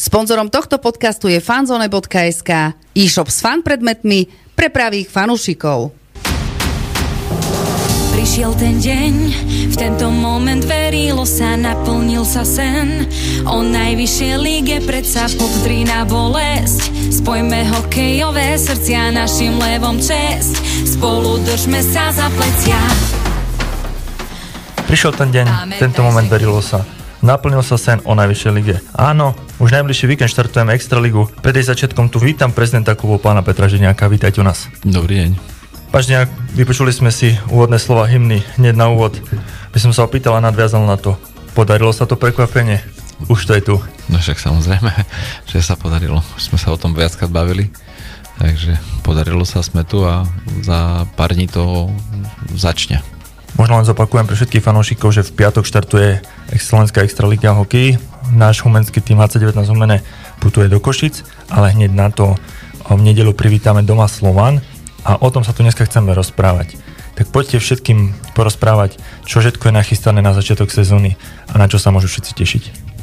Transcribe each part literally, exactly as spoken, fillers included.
Sponzorom tohto podcastu je fanzone bodka es ká, e-shop s fan predmetmi pre pravých fanúšikov. Prišiel ten deň, v tento moment verilo sa, naplnil sa sen. O najvyššej líge predsa podtrina bolesť. Spojme hokejové srdcia našim levom česť. Spolu držme sa za plecia. Prišiel ten deň, v tento moment verilo sa. Naplnil sa sen o najvyššej lige. Áno, už najbližší víkend štartujeme Extraligu. Pred jej začiatkom tu vítam prezidenta klubu pána Petra Ženiaka. Vítajte u nás. Dobrý deň. Pán Ženiak, vypočuli sme si úvodné slova hymny. Hneď na úvod by som sa opýtal a nadviazal na to. Podarilo sa to prekvapenie? Už to je tu. No však samozrejme, že sa podarilo. Už sme sa o tom viackrát bavili. Takže podarilo sa, sme tu a za pár dní to začne. Možno len zopakujem pre všetkých fanúšikov, že v piatok štartuje Slovenská extraliga hokej. Náš humenský tým há cé devätnásť Humene putuje do Košic, ale hneď na to v nedeľu privítame doma Slovan a o tom sa tu dneska chceme rozprávať. Tak poďte všetkým porozprávať, čo všetko je nachystané na začiatok sezóny a na čo sa môžu všetci tešiť.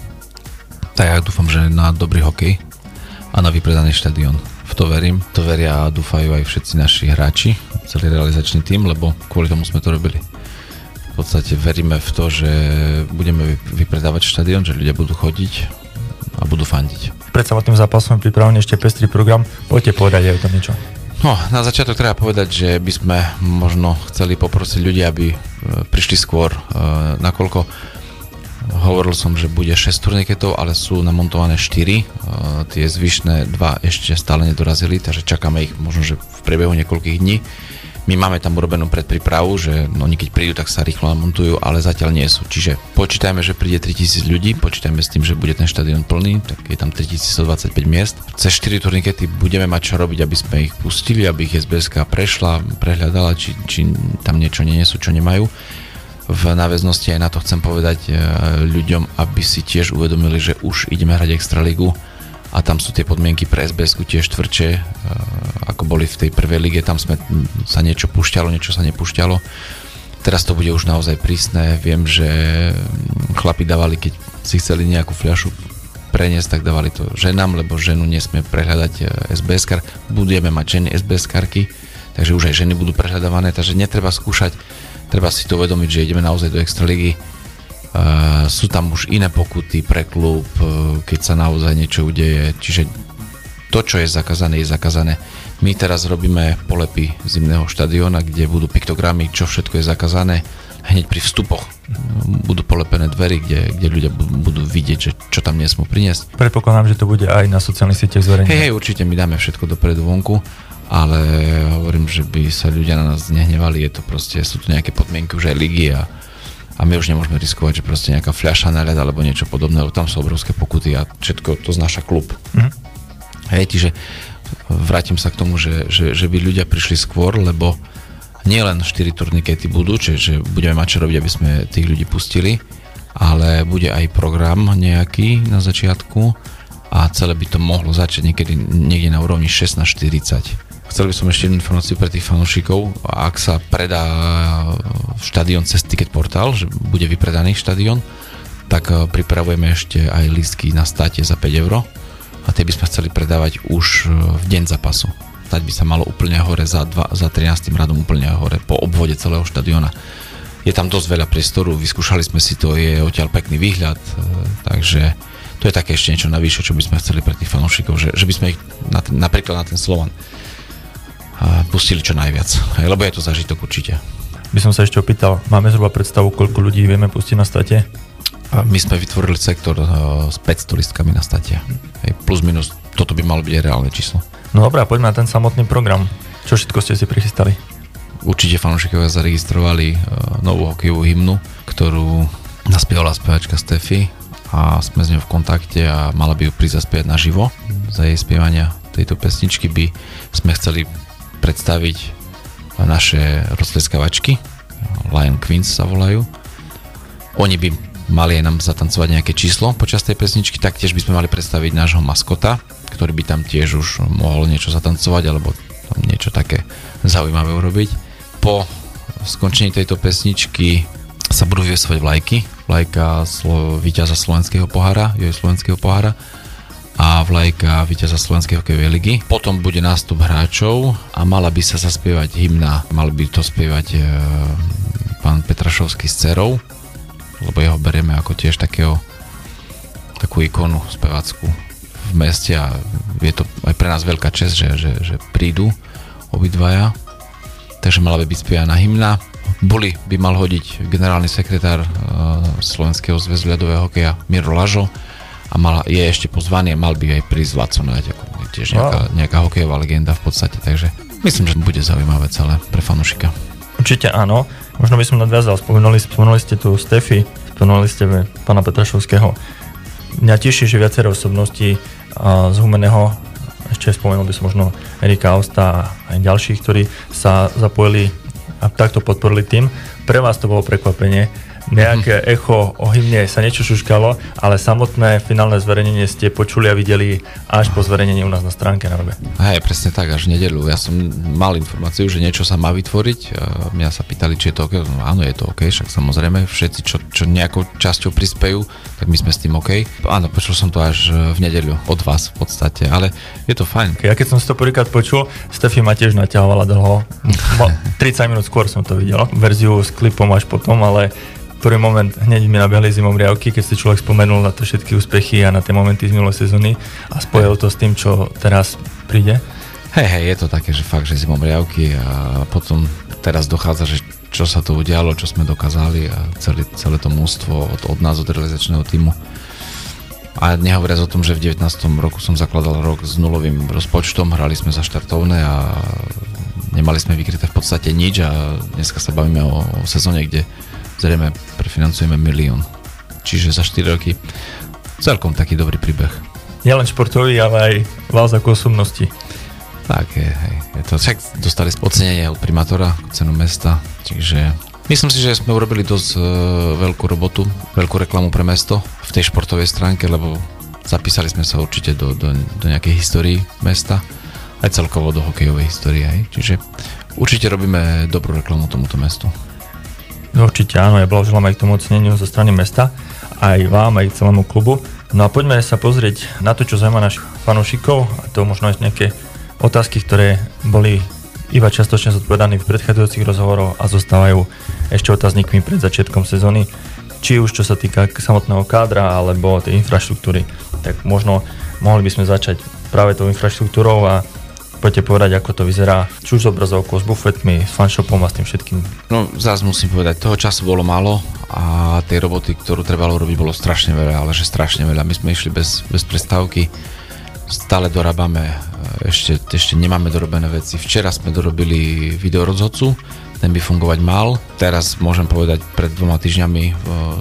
Tak ja dúfam, že na dobrý hokej a na vypredaný štadión. V to verím, to veria a dúfajú aj všetci naši hráči, celý realizačný tím, lebo kvôli tomu sme to robili. V podstate veríme v to, že budeme vypredávať štadión, že ľudia budú chodiť a budú fandiť. Pred samotným zápasom je pripravený ešte pestrý program, poďte povedať aj o tom niečo. No, na začiatok treba povedať, že by sme možno chceli poprosiť ľudí, aby prišli skôr, nakoľko hovoril som, že bude šesť turniketov, ale sú namontované štyri, tie zvyšné dva ešte stále nedorazili, takže čakáme ich možno, že v priebehu niekoľkých dní. My máme tam urobenú predprípravu, že no, oni keď prídu, tak sa rýchlo namontujú, ale zatiaľ nie sú. Čiže počítajme, že príde tritisíc ľudí, počítajme s tým, že bude ten štadión plný, tak je tam tritisícstodvadsaťpäť miest. Cez štyri turnikety budeme mať čo robiť, aby sme ich pustili, aby ich es bé es ká prešla, prehľadala, či, či tam niečo nie sú, čo nemajú. V náväznosti aj na to chcem povedať ľuďom, aby si tiež uvedomili, že už ideme hrať Extraligu a tam sú tie podmienky pre es bé esku tiež tvrdšie, ako boli v tej prvej lige, tam sme sa niečo púšťalo, niečo sa nepúšťalo. Teraz to bude už naozaj prísne, viem, že chlapi dávali, keď si chceli nejakú fľašu preniesť, tak dávali to ženám, lebo ženu nesmie prehľadať es bé eskar. Budeme mať ženy es bé eskarky, takže už aj ženy budú prehľadávané, takže netreba skúšať, treba si to uvedomiť, že ideme naozaj do Extraligy. Uh, sú tam už iné pokuty pre klub, uh, keď sa naozaj niečo udeje, čiže to, čo je zakázané, je zakázané. My teraz robíme polepy zimného štadióna, kde budú piktogramy, čo všetko je zakázané. Hneď pri vstupoch budú polepené dvery, kde, kde ľudia budú vidieť, že čo tam nesmú priniesť. Predpokladám, že to bude aj na sociálnych sieťach zverejnené. Hej, hej, určite my dáme všetko dopredu vonku, ale hovorím, že by sa ľudia na nás nehnevali, je to proste, sú tu nejaké podmienky už aj ligy a A my už nemôžeme riskovať, že proste nejaká fľaša na ľad alebo niečo podobné, lebo tam sú obrovské pokuty a všetko to znáša klub. Mm. Hej, čiže vrátim sa k tomu, že, že, že by ľudia prišli skôr, lebo nie len štyri turnikety budú, čiže budeme mať čo robiť, aby sme tých ľudí pustili, ale bude aj program nejaký na začiatku a celé by to mohlo začať niekedy niekde na úrovni šestnásť štyridsať. Chcel by som ešte jednu informáciu pre tých fanúšikov. Ak sa predá štadión cez Ticket Portal, že bude vypredaný štadión, tak pripravujeme ešte aj lístky na státe za päť eur a tie by sme chceli predávať už v deň zápasu. Stať by sa malo úplne hore za, dva, za trinástym radom úplne hore po obvode celého štadióna. Je tam dosť veľa priestoru, vyskúšali sme si to, je odtiaľ pekný výhľad, takže to je také ešte niečo navyše, čo by sme chceli pre tých fanúšikov, že, že by sme ich na ten, napríklad na ten Slovan pustili čo najviac, lebo je to zážitok určite. By som sa ešte opýtal, máme zhruba predstavu, koľko ľudí vieme pustiť na state? My sme vytvorili sektor s päťsto listkami na state. Plus minus, toto by malo byť reálne číslo. No dobrá, poďme na ten samotný program. Čo všetko ste si prichystali? Určite fanúšikovia zaregistrovali novú hokejovú hymnu, ktorú naspievala spevačka Steffi a sme s ňou v kontakte a mala by ju prísť zaspievať naživo. Za jej spievania tejto pesničky by sme chceli predstaviť naše roztlieskavačky, Lion Queens sa volajú. Oni by mali aj nám zatancovať nejaké číslo počas tej pesničky, taktiež by sme mali predstaviť nášho maskota, ktorý by tam tiež už mohol niečo zatancovať alebo tam niečo také zaujímavé urobiť. Po skončení tejto pesničky sa budú vyvesovať vlajky, vlajka slo- víťaza slovenského pohára, jej slovenského pohára a vlajka víťaza Slovenskej hokejovej ligy. Potom bude nástup hráčov a mala by sa zaspievať hymna. Mal by to spievať e, pán Petrašovský s dcerou, lebo jeho berieme ako tiež takého takú ikonu spevácku v meste a je to aj pre nás veľká česť, že, že, že prídu obidvaja. Takže mala by byť spievaná hymna. Boli by mal hodiť generálny sekretár e, Slovenského zväzu ľadového hokeja Miro Lažo a mal, je ešte pozvaný a mal by aj prísť Laco Noľať, ako tiež nejaká, nejaká hokejová legenda v podstate, takže myslím, že bude zaujímavé celé pre fanúšika. Určite áno, možno by som nadviazal, spomenuli, spomenuli ste tu Stefi, spomenuli ste pána Petrašovského. Mňa teší, že viaceré osobnosti a, z Humenného, ešte spomenul by som možno Erika Austa a aj ďalších, ktorí sa zapojili a takto podporili tým. Pre vás to bolo prekvapenie. Nejaké echo o hymne sa niečo šuškalo, ale samotné finálne zverejnenie ste počuli a videli až po zverejnení u nás na stránke na webe. Hej, presne tak, až v nedeľu. Ja som mal informáciu, že niečo sa má vytvoriť. Mňa sa pýtali, či je to OK. No, áno, je to OK, však samozrejme. Všetci, čo, čo nejakou časťou prispejú, tak my sme s tým OK. Áno, počul som to až v nedeľu od vás v podstate, ale je to fajn. Ja keď som si to prvýkrát počul, Stefi ma tiež naťahovala dlho. tridsať minút skôr som to videl. Verziu s klipom až potom, ale prvý moment hneď mi nabehli zimom riavky, keď si človek spomenul na to všetky úspechy a na tie momenty z minulej sezóny a spojil to s tým, čo teraz príde. Hej, hej, je to také, že fakt, že zimom riavky a potom teraz dochádza, že čo sa to udialo, čo sme dokázali a celé, celé to mužstvo od, od nás, od realizačného tímu. A nehovoriac o tom, že v devätnástom roku som zakladal rok s nulovým rozpočtom, hrali sme za štartovné a nemali sme vykryté v podstate nič a dneska sa bavíme o, o sezóne, kde zrejme prefinancujeme milión. Čiže za štyri roky celkom taký dobrý príbeh. Nie len športový, ale aj vás ako osobnosti. Tak je, hej. Je to, však dostali ocenenie od primátora, cenu mesta, čiže myslím si, že sme urobili dosť e, veľkú robotu, veľkú reklamu pre mesto v tej športovej stránke, lebo zapísali sme sa určite do, do, do nejakej histórii mesta, aj celkovo do hokejovej histórie, hej. Čiže určite robíme dobrú reklamu tomuto mestu. No určite áno, ja blahoželám aj k tomu oceneniu zo strany mesta, aj vám, aj celému klubu. No a poďme sa pozrieť na to, čo zaujíma našich fanúšikov, a to možno aj nejaké otázky, ktoré boli iba častočne zodpovedané v predchádzajúcich rozhovoroch a zostávajú ešte otáznikmi pred začiatkom sezóny, či už čo sa týka samotného kádra alebo tej infraštruktúry. Tak možno mohli by sme začať práve tou infraštruktúrou a poďte povedať, ako to vyzerá, či už s obrazovkou, s bufetmi, s fanshopom a s tým všetkým. No zás musím povedať, toho času bolo málo a tej roboty, ktorú trebalo robiť, bolo strašne veľa, ale že strašne veľa. My sme išli bez, bez prestávky, stále dorábame, ešte, ešte nemáme dorobené veci. Včera sme dorobili videorozhodcu, ten by fungovať mal. Teraz môžem povedať, pred dvoma týždňami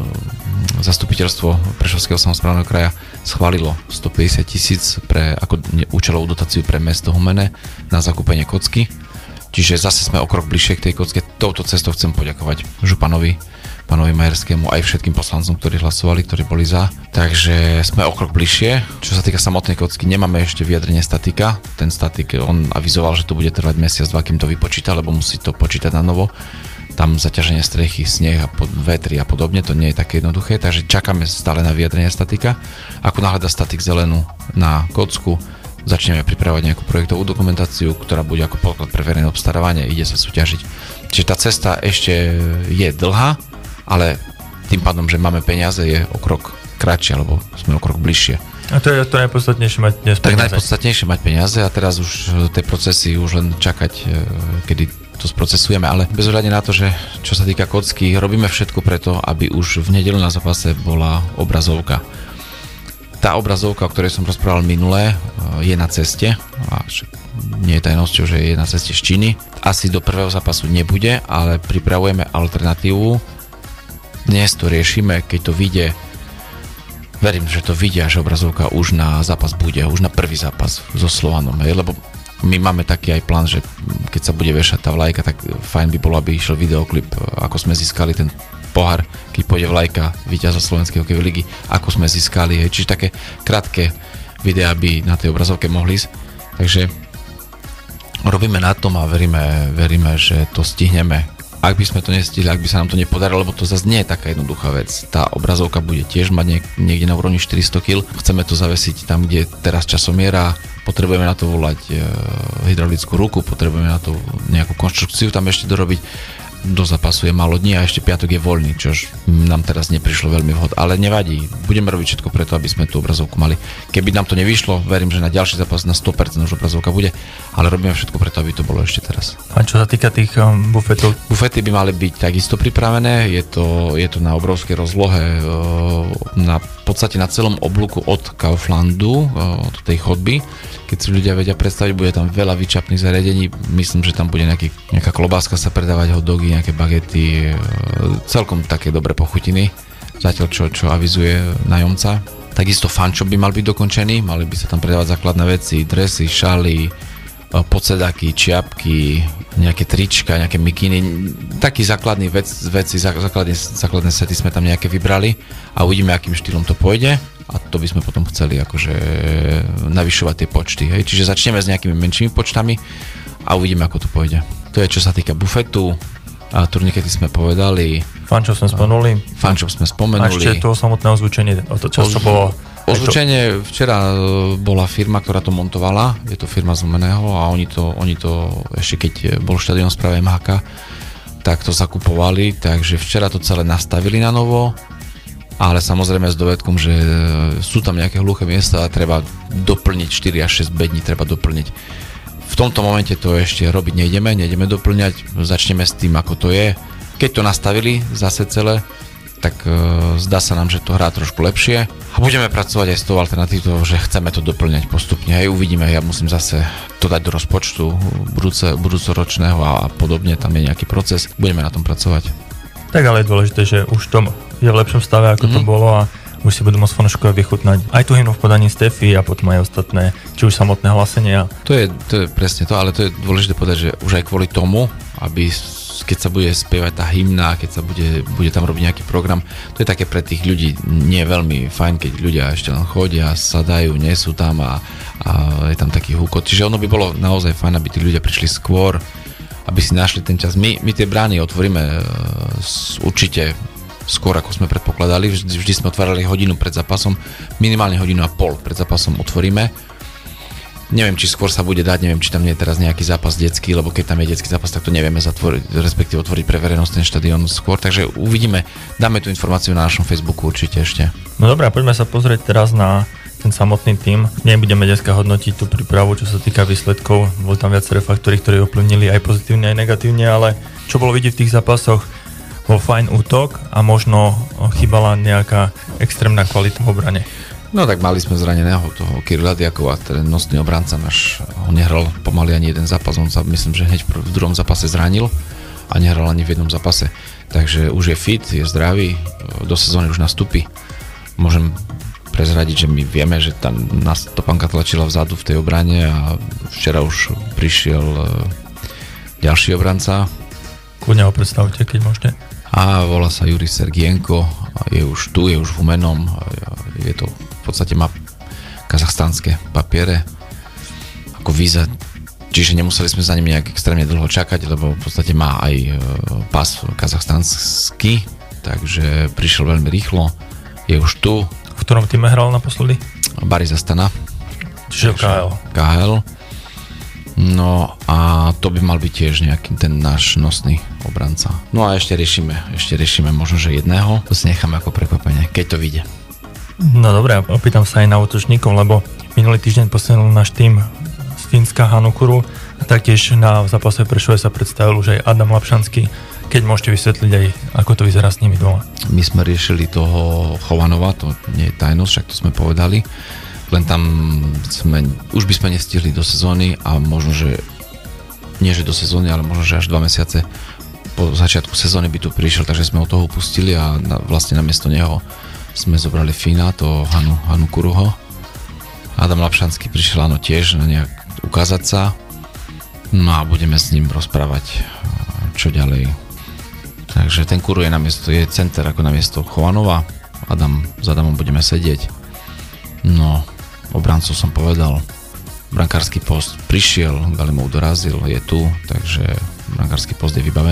zastupiteľstvo Prešovského samosprávneho kraja schválilo stopäťdesiat tisíc pre ako účelovú dotáciu pre mesto Humene na zakúpenie kocky. Čiže zase sme o krok bližšie k tej kocke. Touto cestou chcem poďakovať županovi, pánovi Majerskému, aj všetkým poslancom, ktorí hlasovali, ktorí boli za. Takže sme o krok bližšie. Čo sa týka samotnej kocky, nemáme ešte vyjadrenie statika. Ten statik, on avizoval, že to bude trvať mesiac, dva, kým to vypočíta, lebo musí to počítať na novo. Tam zaťaženie strechy, sneh a pod, vetry a podobne, to nie je také jednoduché, takže čakáme stále na vyjadrenie statika. Ako náhle dá statik zelenú na kocku, začneme pripravovať nejakú projektovú dokumentáciu, ktorá bude ako podklad pre verejné obstarávanie, ide sa súťažiť. Čiže tá cesta ešte je dlhá, ale tým pádom, že máme peniaze, je o krok kratšie, alebo sme o krok bližšie. A to je to najpodstatnejšie mať dnes peniaze. Tak najpodstatnejšie mať peniaze a teraz už tie procesy už len čakať, kedy to sprocesujeme, ale bez ohľadu na to, že čo sa týka kocky, robíme všetko preto, aby už v nedeľu na zápase bola obrazovka. Tá obrazovka, o ktorej som rozprával minulé, je na ceste a nie je tajnosťou, že je na ceste z Číny. Asi do prvého zápasu nebude, ale pripravujeme alternatívu. Dnes to riešime, keď to vyjde, verím, že to vidia, že obrazovka už na zápas bude, už na prvý zápas so Slovanom, hej, lebo my máme taký aj plán, že keď sa bude vešať tá vlajka, tak fajn by bolo, aby išiel videoklip, ako sme získali ten pohár, keď pôjde vlajka víťaza Slovenskej hokejovej ligy, ako sme získali, hej. Čiže také krátke videá by na tej obrazovke mohli ísť. Takže robíme na tom a veríme, veríme, že to stihneme ak by sme to nestihli, ak by sa nám to nepodarilo, lebo to zase nie je taká jednoduchá vec. Tá obrazovka bude tiež mať niek- niekde na úrovni štyristo kilogramov. Chceme to zavesiť tam, kde je teraz časomiera, potrebujeme na to volať e, hydraulickú ruku, potrebujeme na to nejakú konštrukciu tam ešte dorobiť. Do zápasu je málo dní a ešte piatok je voľný, čož nám teraz neprišlo veľmi vhod, ale nevadí. Budeme robiť všetko preto, aby sme tú obrazovku mali. Keby nám to nevyšlo, verím, že na ďalší zápas na sto percent už obrazovka bude, ale robíme všetko preto, aby to bolo ešte teraz. A čo sa týka tých um, bufetov? Bufety by mali byť takisto pripravené, je to, je to na obrovskej rozlohe, na v podstate na celom oblúku od Kauflandu, od tej chodby. Keď si ľudia vedia predstaviť, bude tam veľa výčapných zariadení, myslím, že tam bude nejaký, nejaká klobáska sa predávať, hot dogy, nejaké bagety, celkom také dobré pochutiny, zatiaľ čo, čo avizuje nájomca. Takisto fanshop by mal byť dokončený, mali by sa tam predávať základné veci, dresy, šaly, podsedaky, čiapky, nejaké trička, nejaké mikiny, taký základný vec, veci, základné, základné sety sme tam nejaké vybrali a uvidíme, akým štýlom to pôjde. A to by sme potom chceli akože navyšovať tie počty. Hej? Čiže začneme s nejakými menšími počtami a uvidíme, ako to pôjde. To je, čo sa týka bufetu. A turnikety sme povedali. Fanshop sme spomenuli. Fanshop sme spomenuli. A ešte to samotné ozvučenie. To často bolo... Ozvučenie, včera bola firma, ktorá to montovala. Je to firma z Humeného a oni to, oni to ešte keď bol štadión správe em há ká, tak to zakupovali. Takže včera to celé nastavili na novo. Ale samozrejme s dovedkom, že sú tam nejaké hluché miesta a treba doplniť štyri až šesť bední, treba doplniť. V tomto momente to ešte robiť nejdeme, nejdeme doplňať, začneme s tým, ako to je. Keď to nastavili zase celé, tak uh, zdá sa nám, že to hrá trošku lepšie a budeme pracovať aj s tou alternatívou, že chceme to doplňať postupne. Hej, uvidíme, ja musím zase to dať do rozpočtu budúce, budúcoročného a podobne, tam je nejaký proces, budeme na tom pracovať. Tak ale je dôležité, že už to je v lepšom stave, ako mm-hmm. to bolo a už si budú môcť fanúšikovia vychutnať aj tú hymnu v podaní Stefy a potom aj ostatné, či už samotné hlásenia. To je, to je presne to, ale to je dôležité povedať, že už aj kvôli tomu, aby keď sa bude spievať tá hymna, keď sa bude, bude tam robiť nejaký program, to je také pre tých ľudí nie veľmi fajn, keď ľudia ešte len chodia, sadajú, nie sú tam a, a je tam taký húkot. Čiže ono by bolo naozaj fajn, aby tí ľudia prišli skôr, aby si našli ten čas. My, my tie brány otvoríme uh, určite skôr, ako sme predpokladali. Vždy, vždy sme otvárali hodinu pred zápasom, minimálne hodinu a pol pred zápasom otvoríme. Neviem, či skôr sa bude dať, neviem, či tam nie je teraz nejaký zápas detský, lebo keď tam je detský zápas, tak to nevieme zatvoriť, respektíve otvoriť pre verejnosť ten štadión skôr. Takže uvidíme, dáme tú informáciu na našom Facebooku určite ešte. No dobré, poďme sa pozrieť teraz na ten samotný tím. Nebudeme dneska hodnotiť tú prípravu, čo sa týka výsledkov. Boli tam viaceré faktory, ktoré ovplyvnili aj pozitívne, aj negatívne, ale čo bolo vidieť v tých zápasoch, bol fajn útok a možno chýbala nejaká extrémna kvalita v obrane. No tak mali sme zraneného toho Kirila Diakova, ten nosný obranca náš, ho nehral pomaly ani jeden zápas, on sa myslím, že hneď v druhom zápase zranil a nehral ani v jednom zápase. Takže už je fit, je zdravý, do sezóny už nastúpi. Môžem prezradiť, že my vieme, že tam nás topanka tlačila vzadu v tej obrane a včera už prišiel ďalší obranca. Kľudne ho predstavte, keď môžete. A volá sa Juri Sergienko, je už tu, je už v Humennom, je to v podstate má kazachstanské papiere ako víza, čiže nemuseli sme za ním nejak extrémne dlho čakať, lebo v podstate má aj pás kazachstanský, takže prišiel veľmi rýchlo, je už tu. V ktorom týme hral naposledy? Baris Astana. Čiže ká el. ká el. No a to by mal byť tiež nejaký ten náš nosný obranca. No a ešte riešime, ešte riešime možno, že jedného, to si necháme ako prekvapenie, keď to vyjde. No dobré, opýtam sa aj na útočníkov, lebo minulý týždeň posunul náš tým z Fínska Hanukuru a taktiež na zápase v Prešove sa predstavil už aj Adam Lapšanský. Keď môžete vysvetliť aj, ako to vyzerá s nimi doma. My sme riešili toho Chovanova, to nie je tajnosť, však to sme povedali. Len tam sme, už by sme nestihli do sezóny a možno, že nie že do sezóny, ale možno, že až dva mesiace po začiatku sezóny by tu prišiel, takže sme od toho upustili a na, vlastne namiesto neho sme zobrali Fína, to Hanu, Hanu Kuruho. Adam Lapšanský prišiel áno tiež na nejak ukázať sa. No a budeme s ním rozprávať, čo ďalej. Takže ten Kuru je namiesto, je center ako namiesto Chovanova. Adam, s Adamom budeme sedieť. No, obrancov som povedal. Brankársky post prišiel, Galimov dorazil, je tu, takže brankársky post je vybavený.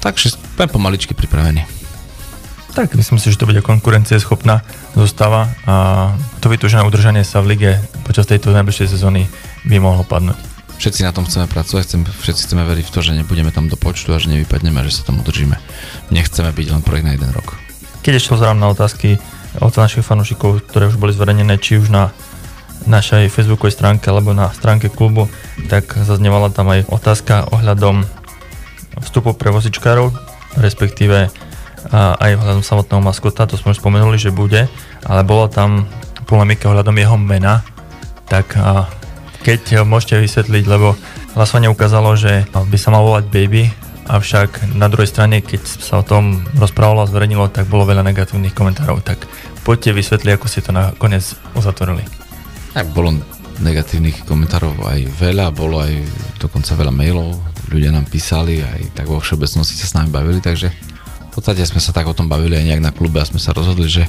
takže sme pomaličky pripravení. Tak, myslím si, že to bude konkurencieschopná zostava a to vytúžené udržanie sa v lige počas tejto najbližšej sezóny by mohlo padnúť. Všetci na tom chceme pracovať, chcem, všetci chceme veriť v to, že nebudeme tam do počtu a že nevypadneme a že sa tam udržíme. Nechceme byť len projekt na jeden rok. Keď ešte pozerám na otázky od našich fanúšikov, ktoré už boli zverejnené či už na našej facebookovej stránke alebo na stránke klubu, tak zaznievala tam aj otázka ohľadom vstupu pre vozičkárov, respektíve a aj ohľadom samotného maskota, to sme už spomenuli, že bude, ale bola tam polemika ohľadom jeho mena, tak a keď môžete vysvetliť, lebo hlasovanie ukázalo, že by sa mal volať Baby, avšak na druhej strane, keď sa o tom rozprávalo a zverejnilo, tak bolo veľa negatívnych komentárov, tak poďte vysvetliť, ako ste to nakoniec uzatvorili. Tak bolo negatívnych komentárov aj veľa, bolo aj dokonca veľa mailov, ľudia nám písali, aj tak vo všeobecnosti sa s nami bavili, takže v podstate sme sa tak o tom bavili aj nejak na klube a sme sa rozhodli, že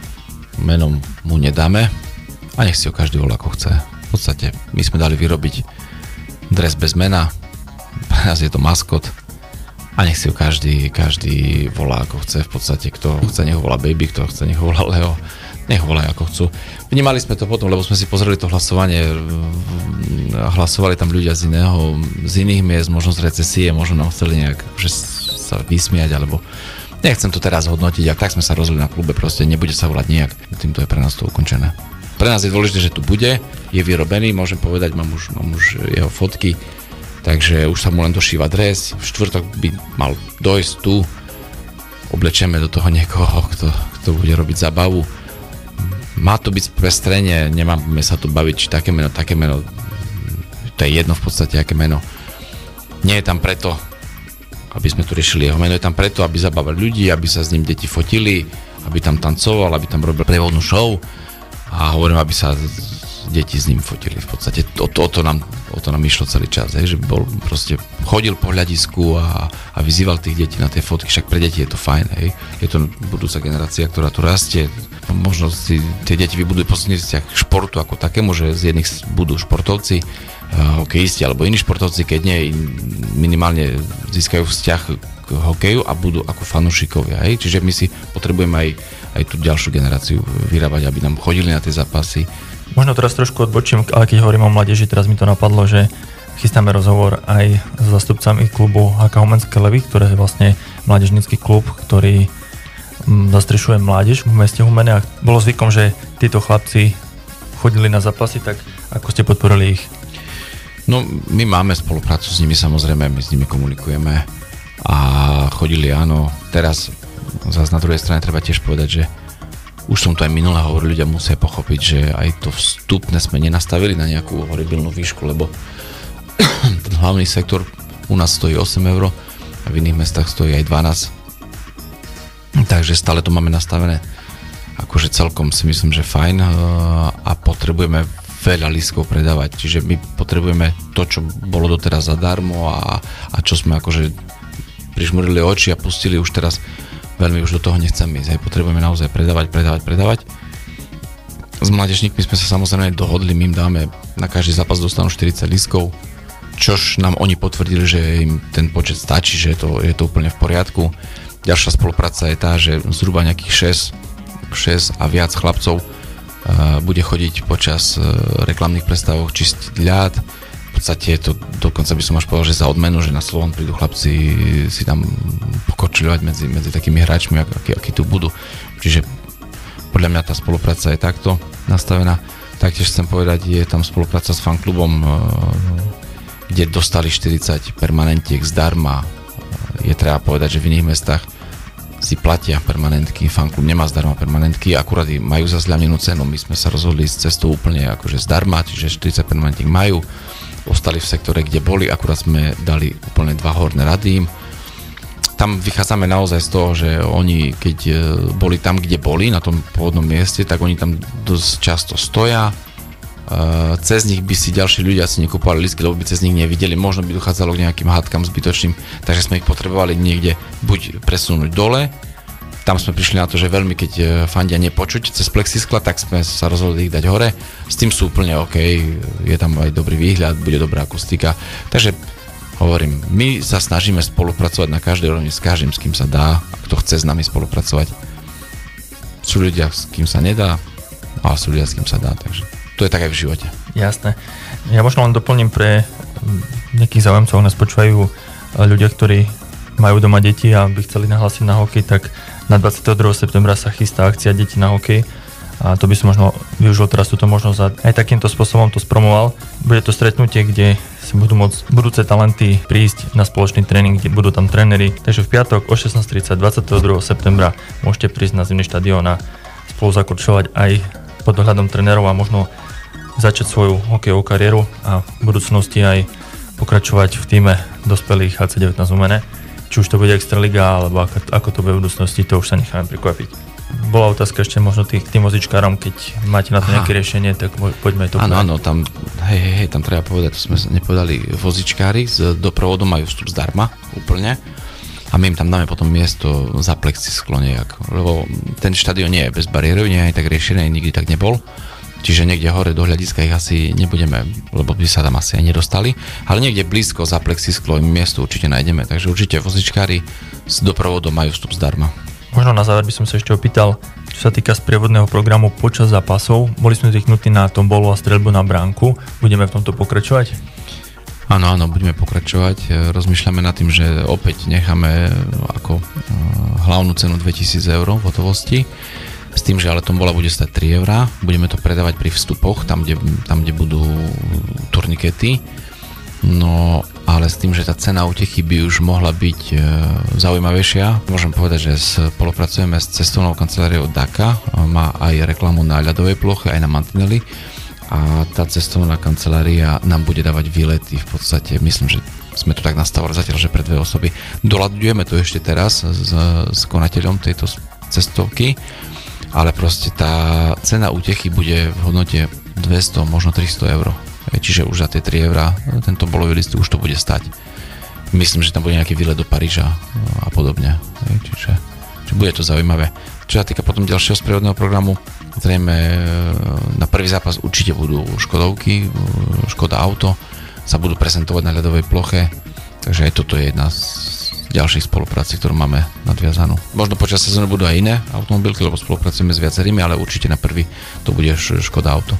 menom mu nedáme a nech si ho každý volá ako chce. V podstate my sme dali vyrobiť dres bez mena, pre nás je to maskot a nech si ho každý, každý volá ako chce. V podstate kto chce, nech ho volá Baby, kto chce, nech ho volá Leo, nech ho volajú ako chcú. Vnímali sme to potom, lebo sme si pozreli to hlasovanie, hlasovali tam ľudia z iného, z iných miest, možno z recesie, možno nám chceli nejak že sa vysmiať, alebo nechcem to teraz hodnotiť, ak tak sme sa rozhodli na klube, proste nebude sa volať nejak, týmto je pre nás to ukončené. Pre nás je dôležité, že tu bude, je vyrobený, môžem povedať, mám už, mám už jeho fotky, takže už sa mu len došíva dres, v štvrtok by mal dojsť tu, oblečeme do toho niekoho, kto, kto bude robiť zábavu. Má to byť prestrenie, nemáme sa tu baviť, či také meno, také meno, to je jedno v podstate, aké meno. Nie je tam preto, aby sme tu riešili jeho meno, je tam preto, aby zabávali ľudí, aby sa s ním deti fotili, aby tam tancoval, aby tam robil prievodnú show a hovorím, aby sa deti s ním fotili. V podstate o to, o to, nám, o to nám išlo celý čas, hej, že bol proste, chodil po hľadisku a, a vyzýval tých detí na tie fotky, však pre deti je to fajn, hej. Je to budúca generácia, ktorá tu rastie, možno si tie deti vybudujú posledný vzťah k športu ako takému, že z jedných budú športovci, hokejisti alebo iní športovci, keď nie, minimálne získajú vzťah k hokeju a budú ako fanúšikovia. Hej? Čiže my si potrebujeme aj, aj tú ďalšiu generáciu vyrábať, aby nám chodili na tie zápasy. Možno teraz trošku odbočím, ale keď hovorím o mládeži, teraz mi to napadlo, že chystáme rozhovor aj s zástupcami klubu há ká Humenské Levy, ktoré je vlastne mládežnícky klub, ktorý zastrešuje mládež v meste Humene a bolo zvykom, že títo chlapci chodili na zápasy, tak ako ste podporili ich? No, my máme spoluprácu s nimi, samozrejme, my s nimi komunikujeme a chodili, áno. Teraz zase na druhej strane treba tiež povedať, že už som to aj minule hovoril, ľudia musia pochopiť, že aj to vstupné sme nenastavili na nejakú horibilnú výšku, lebo ten hlavný sektor u nás stojí osem eur a v iných mestách stojí aj dvanásť. Takže stále to máme nastavené akože celkom si myslím, že fajn a potrebujeme veľa lístkov predávať, čiže my potrebujeme to, čo bolo doteraz zadarmo a, a čo sme akože prižmurili oči a pustili už teraz, veľmi už do toho nechceme ísť, hej, potrebujeme naozaj predávať, predávať, predávať. S mládežníkmi sme sa samozrejme dohodli, my im dáme, na každý zápas dostanú štyridsať lístkov, čož nám oni potvrdili, že im ten počet stačí, že je to, je to úplne v poriadku. Ďalšia spolupráca je tá, že zhruba nejakých šesť a viac chlapcov bude chodiť počas reklamných prestávok čistiť ľad. V podstate je to, dokonca by som až povedal, že za odmenu, že na Slovon prídu chlapci si tam pokorčiľovať medzi, medzi takými hráčmi, akí, akí tu budú. Čiže podľa mňa tá spolupráca je takto nastavená. Taktiež chcem povedať, je tam spolupráca s fanklubom, kde dostali štyridsať permanentiek zdarma. Je treba povedať, že v iných mestách si platia permanentky, fanklub nemá zdarma permanentky, akurát majú za zľavnenú cenu. My sme sa rozhodli s cestou úplne akože zdarma, čiže štyridsať permanentiek majú, ostali v sektore, kde boli, akurát sme dali úplne dva horné rady. Tam vychádzame naozaj z toho, že oni, keď boli tam, kde boli, na tom pôvodnom mieste, tak oni tam dosť často stoja. Cez nich by si ďalší ľudia asi nekúpali lístky, lebo by cez nich nevideli, možno by dochádzalo k nejakým hádkam zbytočným, takže sme ich potrebovali niekde buď presunúť dole, tam sme prišli na to, že veľmi keď fandia nepočuť cez plexiskla, tak sme sa rozhodli ich dať hore, s tým sú úplne OK, je tam aj dobrý výhľad, bude dobrá akustika, takže hovorím, my sa snažíme spolupracovať na každej úrovni s každým, s kým sa dá, a kto chce s nami spolupracovať. Sú ľudia, s kým sa nedá, ale sú ľudia, s kým sa dá, takže to je tak aj v živote. Jasné. Ja možno len doplním pre nejakých záujemcov, nás počúvajú ľudia, ktorí majú doma deti a by chceli nahlásiť na hokej, tak na dvadsiateho druhého septembra sa chystá akcia Deti na hokej. A to by som možno využil teraz túto možnosť a aj takýmto spôsobom to spromoval. Bude to stretnutie, kde si budú môcť budúce talenty prísť na spoločný tréning, kde budú tam tréneri. Takže v piatok o šestnásť tridsať dvadsiateho druhého septembra môžete prísť na zimný štadión a spolu zakurčovať aj pod dohľadom trénerov a možno začať svoju hokejovú kariéru a v budúcnosti aj pokračovať v týme dospelých há cé devätnásť Humene. Či už to bude Extraliga, alebo ako, ako to bude v budúcnosti, to už sa necháme prekvapiť. Bola otázka ešte možno tých, tým vozičkárom, keď máte na to nejaké riešenie, tak poďme to povedať. Áno, áno, tam, hej, hej, hej, tam treba povedať, to sme nepovedali, vozičkári s doprovodom majú vstup zdarma, úplne, a my im tam dáme potom miesto za plexisklo nejak, lebo ten štadión nie je bezbariérový, nie je aj tak riešený, nikdy tak nebol, čiže niekde hore do hľadiska ich asi nebudeme, lebo by sa tam asi aj nedostali, ale niekde blízko za plexisklo im miesto určite nájdeme, takže určite vozičkári s doprovodom majú vstup zdarma. Možno na záver by som sa ešte opýtal, čo sa týka sprievodného programu počas zápasov. Boli sme zvyknutí na tombolu a streľbu na bránku. Budeme v tomto pokračovať? Áno, áno, budeme pokračovať. Rozmýšľame nad tým, že opäť necháme ako hlavnú cenu dvetisíc eur v hotovosti. S tým, že ale tombola bude stať tri eurá. Budeme to predávať pri vstupoch, tam, kde, tam, kde budú turnikety. No, ale s tým, že tá cena útechy by už mohla byť e, zaujímavejšia. Môžem povedať, že spolupracujeme s cestovnou kanceláriou Daka, má aj reklamu na ľadovej ploche, aj na mantinely a tá cestovná kancelária nám bude dávať výlety v podstate, myslím, že sme to tak nastavili zatiaľ, že pre dve osoby. Doľadujeme to ešte teraz s, s konateľom tejto cestovky, ale proste tá cena útechy bude v hodnote dvesto, možno tristo eur. Čiže už za tie tri eurá tento bolový list už to bude stať. Myslím, že tam bude nejaký výlet do Paríža a podobne. Čiže, čiže bude to zaujímavé. Čo sa týka potom ďalšieho sprievodného programu, zrejme na prvý zápas určite budú Škodovky, Škoda Auto sa budú prezentovať na ľadovej ploche, takže aj toto je jedna z ďalších spolupráci, ktorú máme nadviazanú. Možno počas sezóny budú aj iné automobilky, lebo spolupracujeme s viacerými, ale určite na prvý to bude Škoda Auto.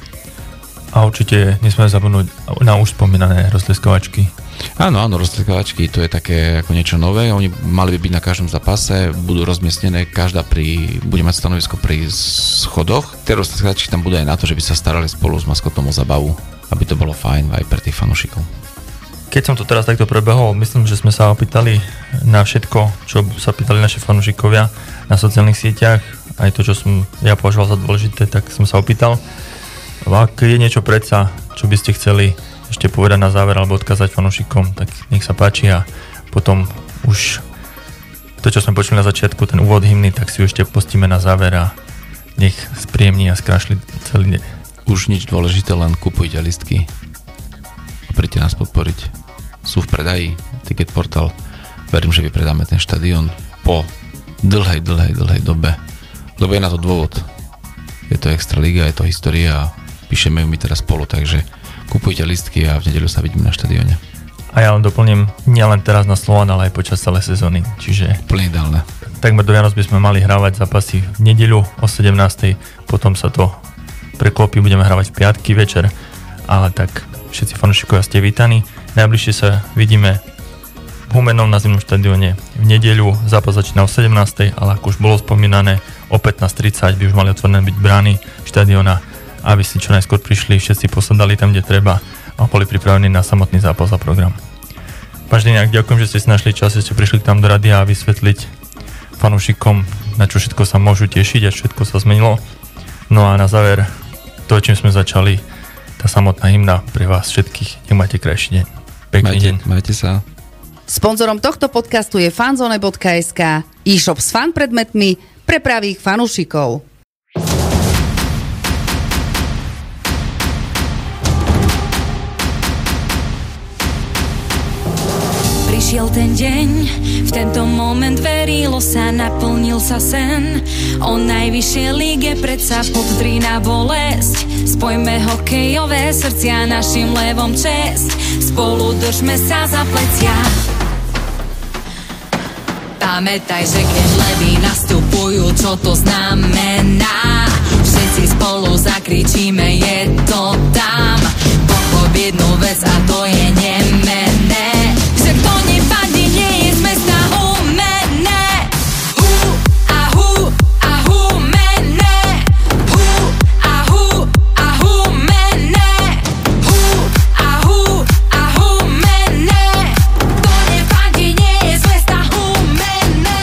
A určite nesmieme zabudnúť na už spomínané rozleskovačky. Áno, áno, rozleskovačky, to je také ako niečo nové. Oni mali by byť na každom zápase, budú rozmiestnené, každá pri, bude mať stanovisko pri schodoch. Tie rozleskovačky tam budú aj na to, že by sa starali spolu s maskotom o zabavu, aby to bolo fajn aj pre tých fanúšikov. Keď som to teraz takto prebehol, myslím, že sme sa opýtali na všetko, čo sa pýtali naši fanúšikovia na sociálnych sieťach. Aj to, čo som ja považoval za dôležité, tak som sa opýtal. Ak je niečo predsa, čo by ste chceli ešte povedať na záver alebo odkázať fanúšikom, tak nech sa páči a potom už to, čo sme počuli na začiatku, ten úvod hymny, tak si ešte pustíme na záver a nech spríjemní a skrášli celý deň. Už nič dôležité, len kupujte listky a príďte nás podporiť. Sú v predaji, Ticket Portal. Verím, že vypredáme ten štadión po dlhej, dlhej, dlhej dobe, lebo je na to dôvod. Je to Extraliga, je to história. Píšeme ju my teraz spolu, takže kupujte listky a v nedeľu sa vidíme na štadióne. A ja len doplním, nielen teraz na Slovan, ale aj počas celej sezóny. Čiže plne ideálne. Takmer do Vianoc by sme mali hrávať zápasy v nedeľu o sedemnástej, potom sa to preklopí, budeme hrávať v piatky večer, ale tak všetci fanúšikovia ste vítaní. Najbližšie sa vidíme v Humennom na zimnom štadióne v nedeľu, zápas začína o sedemnástej, ale ako už bolo spomínané, o pätnásť tridsať by už mali otvorené byť brány štadióna, aby si čo najskôr prišli, všetci posadali tam, kde treba a boli pripravení na samotný zápas a program. Pán Ždeniak, ďakujem, že ste si našli čas, že ste prišli k tam do rádia a vysvetliť fanúšikom, na čo všetko sa môžu tešiť a všetko sa zmenilo. No a na záver, to, čím sme začali, tá samotná hymna pre vás všetkých. Nech máte krajší deň. Pekný majte, deň. Majte sa. Sponzorom tohto podcastu je fanzone bodka es ká, e-shop s fan predmetmi pre pravých fanúšikov. Prišiel ten deň, v tento moment verilo sa, naplnil sa sen. O najvyššej líge predsa povzdrí na bolesť. Spojme hokejové srdcia, našim levom česť. Spolu držme sa za plecia. Pamätaj, že keď leví nastupujú, čo to znamená? Všetci spolu zakričíme, je to tam. Pochop jednu vec a to je nemenné, že kto nepadne, nie je z mesta umené. Hu a hu a hu mené. Hu a hu a hu mené. Hu a hu a hu mené. Kto nepadne, nie je z mesta umené.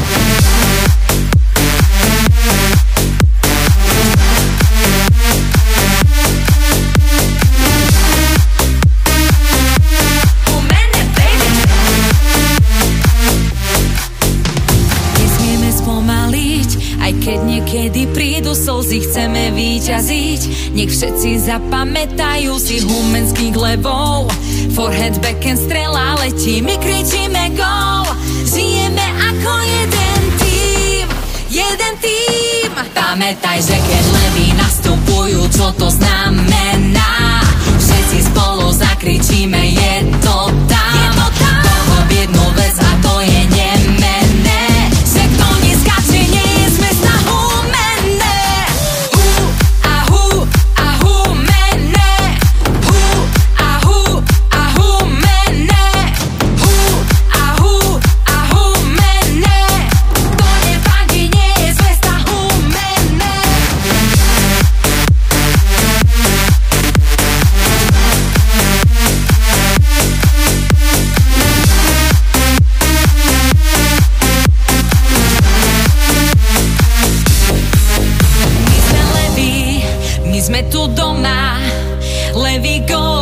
Aj keď niekedy prídu slzy, chceme vyťaziť. Nech všetci zapamätajú si humenských levov. Forehand, backhand, strela letí, my kričíme gól. Žijeme ako jeden tým, jeden tým. Pamätaj, že keď leví nastupujú, čo to znamená? Všetci spolu zakričíme, je to tam. Je to tam. Pochop jednu vec a to je nemenné, že kto neskáče, nie je z mesta umené. Hu a hu a hu mené. Hu a hu a hu mené. Hu a hu a hu mené. Kto nepadne, nie je z mesta umené. My sme tu doma, Levý gól.